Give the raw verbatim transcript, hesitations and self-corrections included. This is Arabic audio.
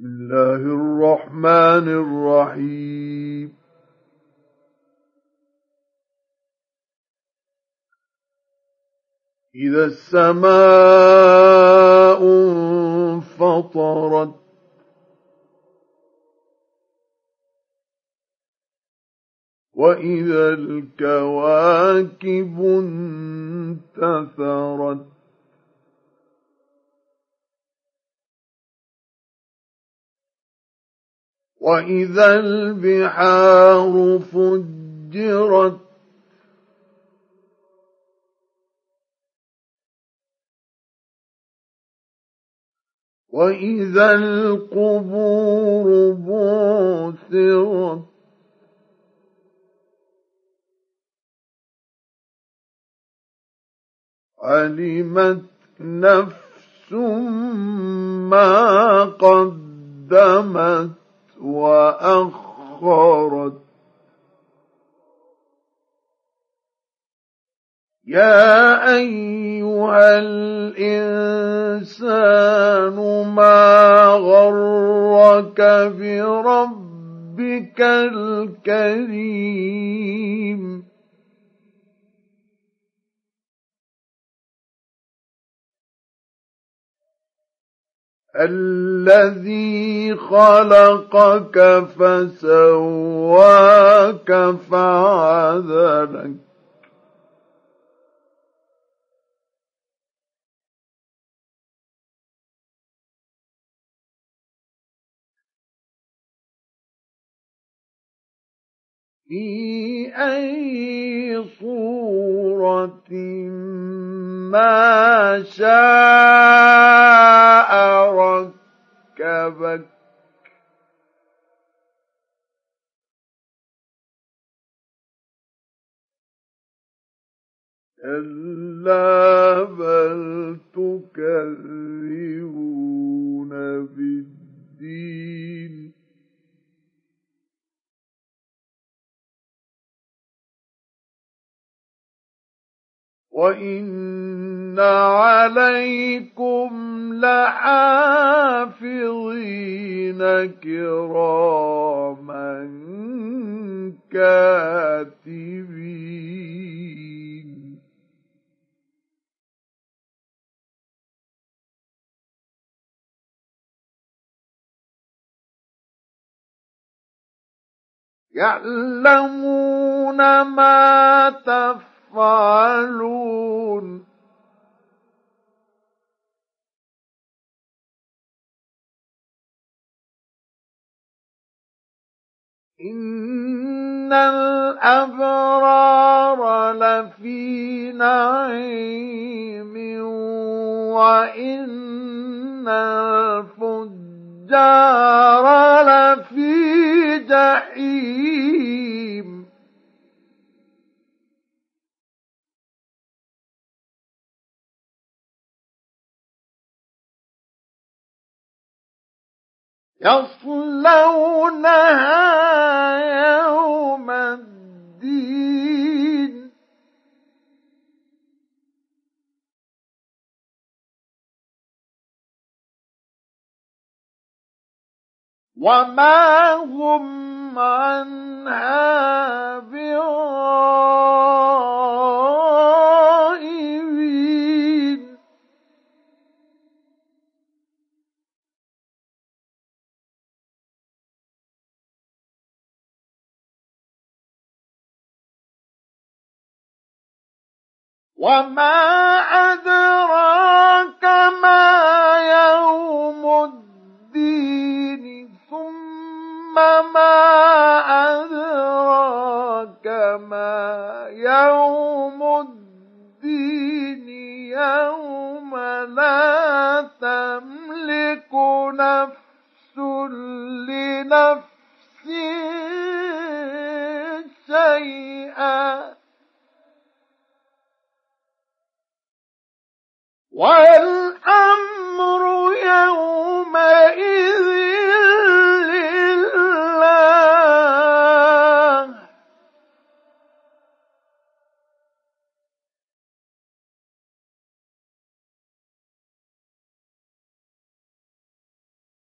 بسم الله الرحمن الرحيم إذا السماء انفطرت وإذا الكواكب انتثرت وإذا البحار فجرت وإذا القبور بعثرت علمت نفس ما قدمت وأخرت يا أيها الإنسان ما غرك بربك الكريم الذي خلقك فسواك فعدلك في أي صورة ما شاء ركبك كلا بل تكذبون بالدين وإن عليكم لحافظين كراما كاتبين يعلمون ما تفعلون إن الأبرار لفي نعيم وإن الفجار لفي جحيم يصلونها يوم الدين وما هم عنها بغائبين وما أدراك ما يوم الدين ثم ما أدراك ما يوم الدين يوم لا تملك نفس لنفس شيئا والأمر يومئذ